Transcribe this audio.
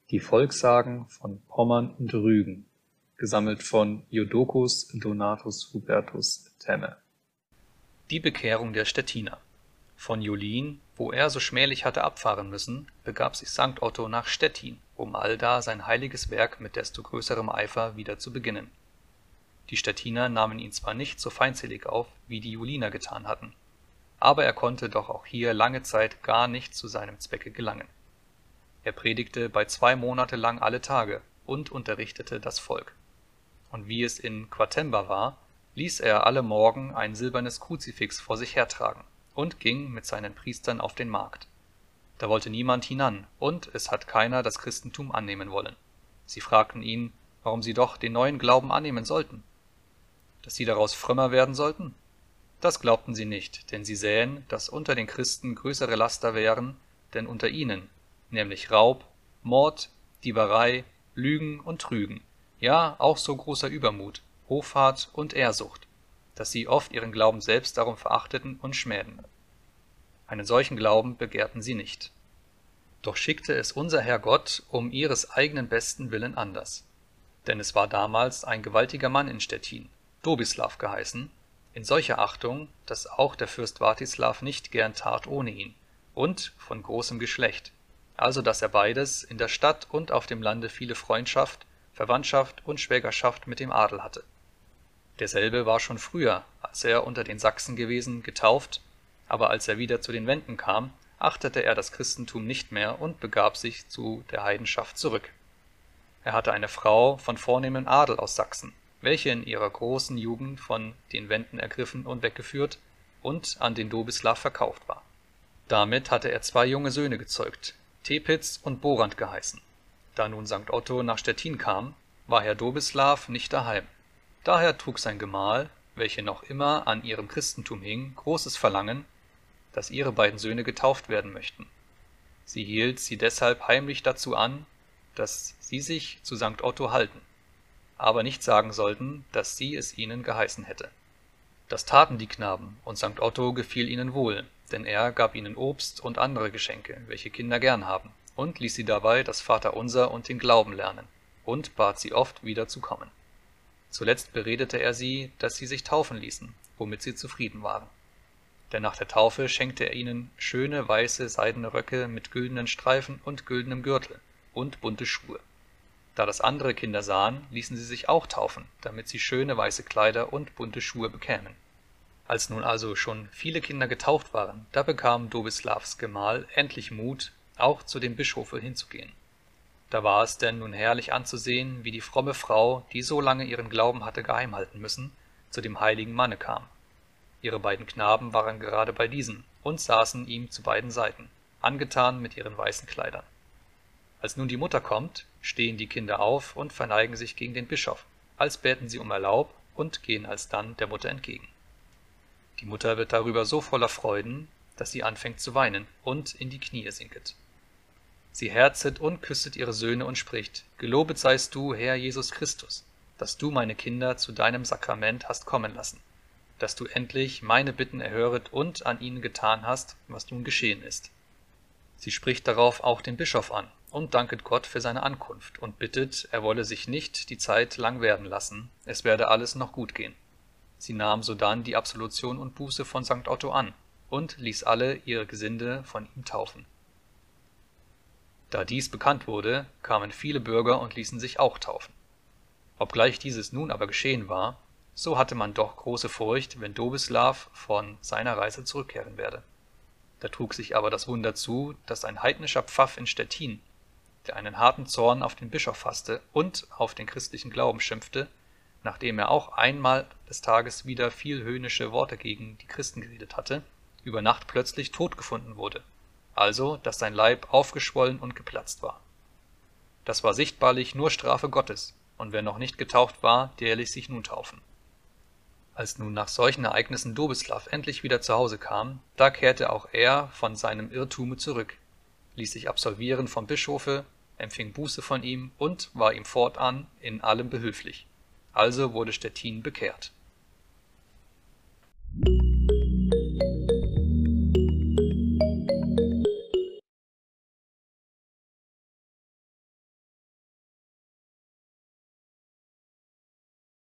Die Volkssagen von Pommern und Rügen, gesammelt von Jodocus Donatus Hubertus Temme. Die Bekehrung der Stettiner. Von Julin, wo er so schmählich hatte abfahren müssen, begab sich Sankt Otto nach Stettin, um allda sein heiliges Werk mit desto größerem Eifer wieder zu beginnen. Die Stettiner nahmen ihn zwar nicht so feindselig auf, wie die Juliner getan hatten, aber er konnte doch auch hier lange Zeit gar nicht zu seinem Zwecke gelangen. Er predigte bei 2 Monate lang alle Tage und unterrichtete das Volk. Und wie es in Quatember war, ließ er alle Morgen ein silbernes Kruzifix vor sich hertragen und ging mit seinen Priestern auf den Markt. Da wollte niemand hinan, und es hat keiner das Christentum annehmen wollen. Sie fragten ihn, warum sie doch den neuen Glauben annehmen sollten. Dass sie daraus frömmer werden sollten? Das glaubten sie nicht, denn sie sähen, dass unter den Christen größere Laster wären, denn unter ihnen, nämlich Raub, Mord, Dieberei, Lügen und Trügen, ja auch so großer Übermut, Hoffart und Ehrsucht, dass sie oft ihren Glauben selbst darum verachteten und schmähten. Einen solchen Glauben begehrten sie nicht. Doch schickte es unser Herr Gott um ihres eigenen besten Willen anders. Denn es war damals ein gewaltiger Mann in Stettin, Dobislav geheißen, in solcher Achtung, dass auch der Fürst Wartislav nicht gern tat ohne ihn, und von großem Geschlecht, also dass er beides in der Stadt und auf dem Lande viele Freundschaft, Verwandtschaft und Schwägerschaft mit dem Adel hatte. Derselbe war schon früher, als er unter den Sachsen gewesen, getauft, aber als er wieder zu den Wenden kam, achtete er das Christentum nicht mehr und begab sich zu der Heidenschaft zurück. Er hatte eine Frau von vornehmem Adel aus Sachsen, welche in ihrer großen Jugend von den Wenden ergriffen und weggeführt und an den Dobislav verkauft war. Damit hatte er 2 junge Söhne gezeugt, Tepitz und Borant geheißen. Da nun Sankt Otto nach Stettin kam, war Herr Dobislav nicht daheim. Daher trug sein Gemahl, welche noch immer an ihrem Christentum hing, großes Verlangen, dass ihre beiden Söhne getauft werden möchten. Sie hielt sie deshalb heimlich dazu an, dass sie sich zu Sankt Otto halten, aber nicht sagen sollten, dass sie es ihnen geheißen hätte. Das taten die Knaben, und Sankt Otto gefiel ihnen wohl, denn er gab ihnen Obst und andere Geschenke, welche Kinder gern haben, und ließ sie dabei das Vaterunser und den Glauben lernen, und bat sie oft wieder zu kommen. Zuletzt beredete er sie, dass sie sich taufen ließen, womit sie zufrieden waren. Denn nach der Taufe schenkte er ihnen schöne weiße seidene Röcke mit güldenen Streifen und güldenem Gürtel und bunte Schuhe. Da das andere Kinder sahen, ließen sie sich auch taufen, damit sie schöne weiße Kleider und bunte Schuhe bekämen. Als nun also schon viele Kinder getauft waren, da bekam Dobislavs Gemahl endlich Mut, auch zu dem Bischofe hinzugehen. Da war es denn nun herrlich anzusehen, wie die fromme Frau, die so lange ihren Glauben hatte geheim halten müssen, zu dem heiligen Manne kam. Ihre beiden Knaben waren gerade bei diesem und saßen ihm zu beiden Seiten, angetan mit ihren weißen Kleidern. Als nun die Mutter kommt, stehen die Kinder auf und verneigen sich gegen den Bischof, als bäten sie um Erlaub und gehen alsdann der Mutter entgegen. Die Mutter wird darüber so voller Freuden, dass sie anfängt zu weinen und in die Knie sinket. Sie herzet und küsset ihre Söhne und spricht: Gelobet seist du, Herr Jesus Christus, dass du meine Kinder zu deinem Sakrament hast kommen lassen, dass du endlich meine Bitten erhöret und an ihnen getan hast, was nun geschehen ist. Sie spricht darauf auch den Bischof an und danket Gott für seine Ankunft und bittet, er wolle sich nicht die Zeit lang werden lassen, es werde alles noch gut gehen. Sie nahm sodann die Absolution und Buße von Sankt Otto an und ließ alle ihre Gesinde von ihm taufen. Da dies bekannt wurde, kamen viele Bürger und ließen sich auch taufen. Obgleich dieses nun aber geschehen war, so hatte man doch große Furcht, wenn Dobislav von seiner Reise zurückkehren werde. Da trug sich aber das Wunder zu, dass ein heidnischer Pfaff in Stettin, der einen harten Zorn auf den Bischof fasste und auf den christlichen Glauben schimpfte, nachdem er auch einmal des Tages wieder viel höhnische Worte gegen die Christen geredet hatte, über Nacht plötzlich tot gefunden wurde, also dass sein Leib aufgeschwollen und geplatzt war. Das war sichtbarlich nur Strafe Gottes, und wer noch nicht getauft war, der ließ sich nun taufen. Als nun nach solchen Ereignissen Dobislav endlich wieder zu Hause kam, da kehrte auch er von seinem Irrtume zurück, ließ sich absolvieren vom Bischofe, empfing Buße von ihm und war ihm fortan in allem behilflich. Also wurde Stettin bekehrt.